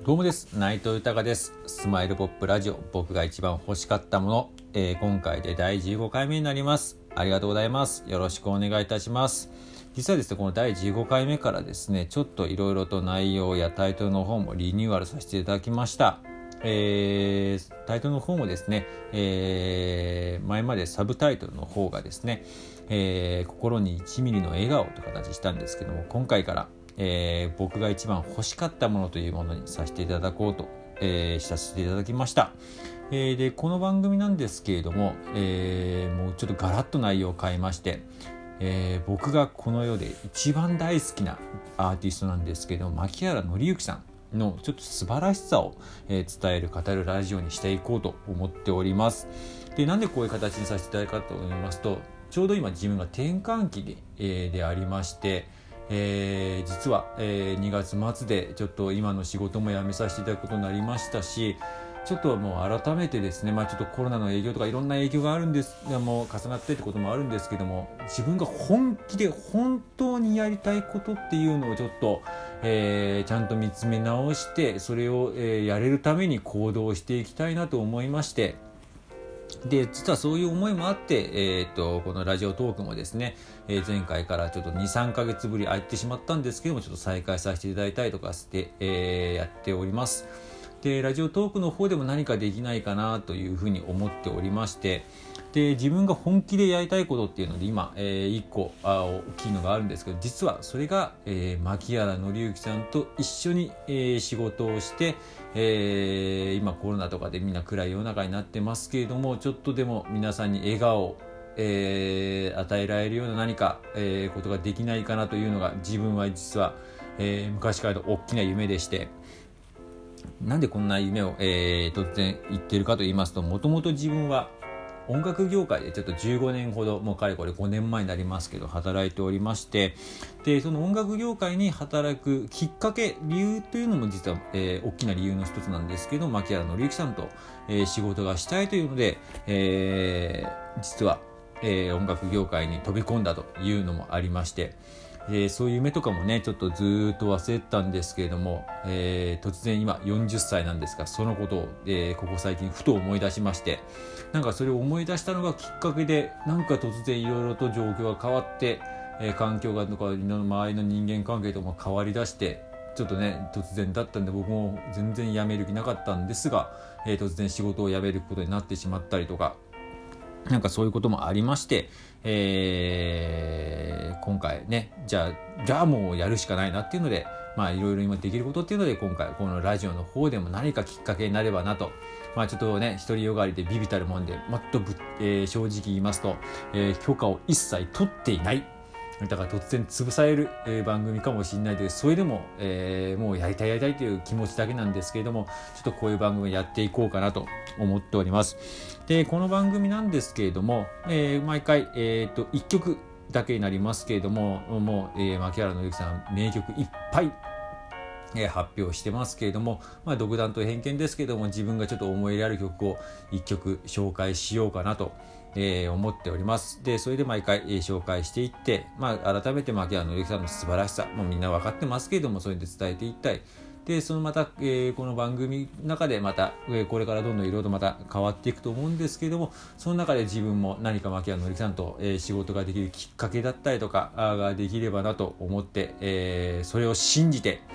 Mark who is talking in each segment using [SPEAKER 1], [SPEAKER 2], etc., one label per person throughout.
[SPEAKER 1] どうもです。内藤豊です。スマイルポップラジオ、僕が一番欲しかったもの、今回で第15回目になります。ありがとうございます。よろしくお願いいたします。実はですね、この第15回目からですね、ちょっといろいろと内容やタイトルの方もリニューアルさせていただきました。タイトルの方もですね、前までサブタイトルの方がですね、心に1ミリの笑顔という形したんですけども、今回から僕が一番欲しかったものというものにさせていただこうと、させていただきました。でこの番組なんですけれども、もうちょっとガラッと内容を変えまして、僕がこの世で一番大好きなアーティストなんですけど、牧原紀之さんのちょっと素晴らしさを、伝える語るラジオにしていこうと思っております。でなんでこういう形にさせていただくかと思いますと、ちょうど今自分が転換期でありまして、実は、2月末でちょっと今の仕事も辞めさせていただくことになりましたし、ちょっともう改めてですね、ちょっとコロナの影響とかいろんな影響があるんです、もう重なってってこともあるんですけども、自分が本気で本当にやりたいことっていうのをちょっと、ちゃんと見つめ直して、それを、やれるために行動していきたいなと思いまして、で実はそういう思いもあって、このラジオトークもですね、前回からちょっと 2,3 ヶ月ぶり空いてしまったんですけども、ちょっと再開させていただいたりとかして、やっております。でラジオトークの方でも何かできないかなというふうに思っておりまして、で自分が本気でやりたいことっていうので今、1個大きいのがあるんですけど、実はそれが、牧原紀之さんと一緒に、仕事をして、今コロナとかでみんな暗い世の中になってますけれども、ちょっとでも皆さんに笑顔を、与えられるような何か、ことができないかなというのが自分は実は、昔からの大きな夢でして、なんでこんな夢を、突然言ってるかと言いますと、もともと自分は音楽業界でちょっと15年ほど、もうかれこれ5年前になりますけど働いておりまして、でその音楽業界に働くきっかけ、理由というのも実は、大きな理由の一つなんですけど、牧原紀之さんと、仕事がしたいというので、実は、音楽業界に飛び込んだというのもありまして、そういう夢とかもねちょっとずっと忘れてたんですけれども、突然今40歳なんですが、そのことを、ここ最近ふと思い出しまして、なんかそれを思い出したのがきっかけで、なんか突然いろいろと状況が変わって、環境がとか周りの人間関係とも変わりだして、ちょっとね突然だったんで僕も全然辞める気なかったんですが、突然仕事を辞めることになってしまったりとか、なんかそういうこともありまして、今回ねじゃあもうやるしかないなっていうので、いろいろ今できることっていうので、今回このラジオの方でも何かきっかけになればなと、ちょっとね独りよがりでビビたるもんで、正直言いますと、許可を一切取っていない、だから突然潰される、番組かもしれないです。それでも、もうやりたいという気持ちだけなんですけれども、ちょっとこういう番組をやっていこうかなと思っております。でこの番組なんですけれども、毎回、1曲だけになりますけれども、もう、牧原紀之さん名曲いっぱい発表してますけれども、独断と偏見ですけれども、自分がちょっと思い入れある曲を1曲紹介しようかなと、思っております。でそれで毎回、紹介していって、改めて牧原紀之さんの素晴らしさもうみんな分かってますけれども、それで伝えていったい。でそのまた、この番組の中でまた、これからどんどんいろいろまた変わっていくと思うんですけれども、その中で自分も何か牧原紀之さんと、仕事ができるきっかけだったりとかができればなと思って、それを信じて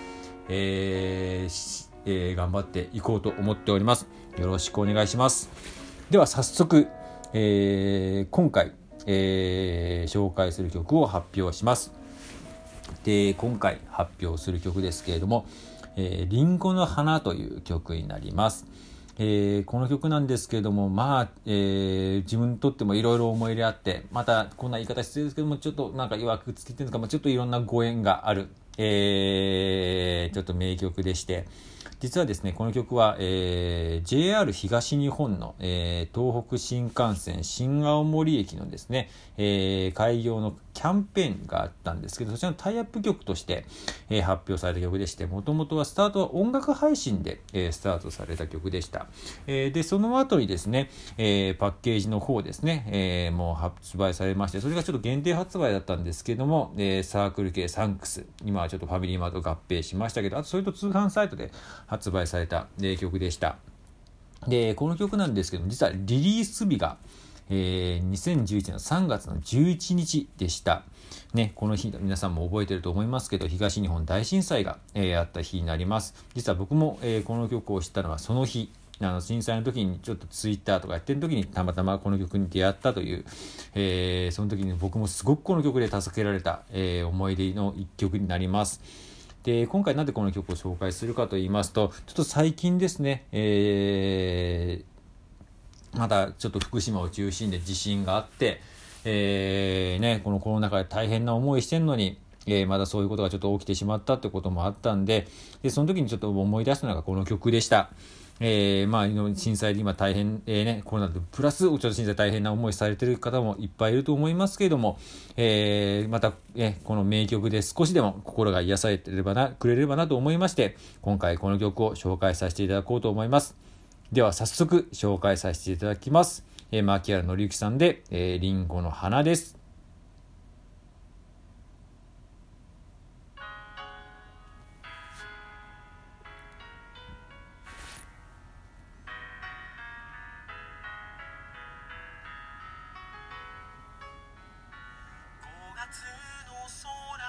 [SPEAKER 1] 頑張っていこうと思っております。よろしくお願いします。では早速、今回、紹介する曲を発表します。で今回発表する曲ですけれども、リンゴの花という曲になります。この曲なんですけれども、自分にとってもいろいろ思い入れあって、またこんな言い方失礼ですけども、ちょっとなんか曰くつけてるんですか、ちょっといろんなご縁がある、ちょっと名曲でして、実はですねこの曲は、JR 東日本の、東北新幹線新青森駅のですね、開業の、 キャンペーンがあったんですけど、そちらのタイアップ曲として、発表された曲でして、もともとはスタートは音楽配信で、スタートされた曲でした。でその後にですね、パッケージの方ですね、もう発売されまして、それがちょっと限定発売だったんですけども、サークル系サンクス、今はちょっとファミリーマート合併しましたけど、あとそれと通販サイトで発売された、曲でした。でこの曲なんですけども、実はリリース日が、2011年の3月の11日でした。ね、この日皆さんも覚えていると思いますけど、東日本大震災が、あった日になります。実は僕も、この曲を知ったのはその日、震災の時にちょっとツイッターとかやってる時にたまたまこの曲に出会ったという、その時に僕もすごくこの曲で助けられた、思い出の一曲になります。で今回なんでこの曲を紹介するかと言いますと、ちょっと最近ですね、またちょっと福島を中心で地震があって、このコロナ禍で大変な思いしてるのに、まだそういうことがちょっと起きてしまったってこともあったんで、その時にちょっと思い出したのがこの曲でした。震災で今大変、コロナでプラスちょっと震災大変な思いされている方もいっぱいいると思いますけれども、また、この名曲で少しでも心が癒されてくれればなと思いまして、今回この曲を紹介させていただこうと思います。では早速紹介させていただきます。牧原紀之さんで、リンゴの花です。
[SPEAKER 2] 5月の空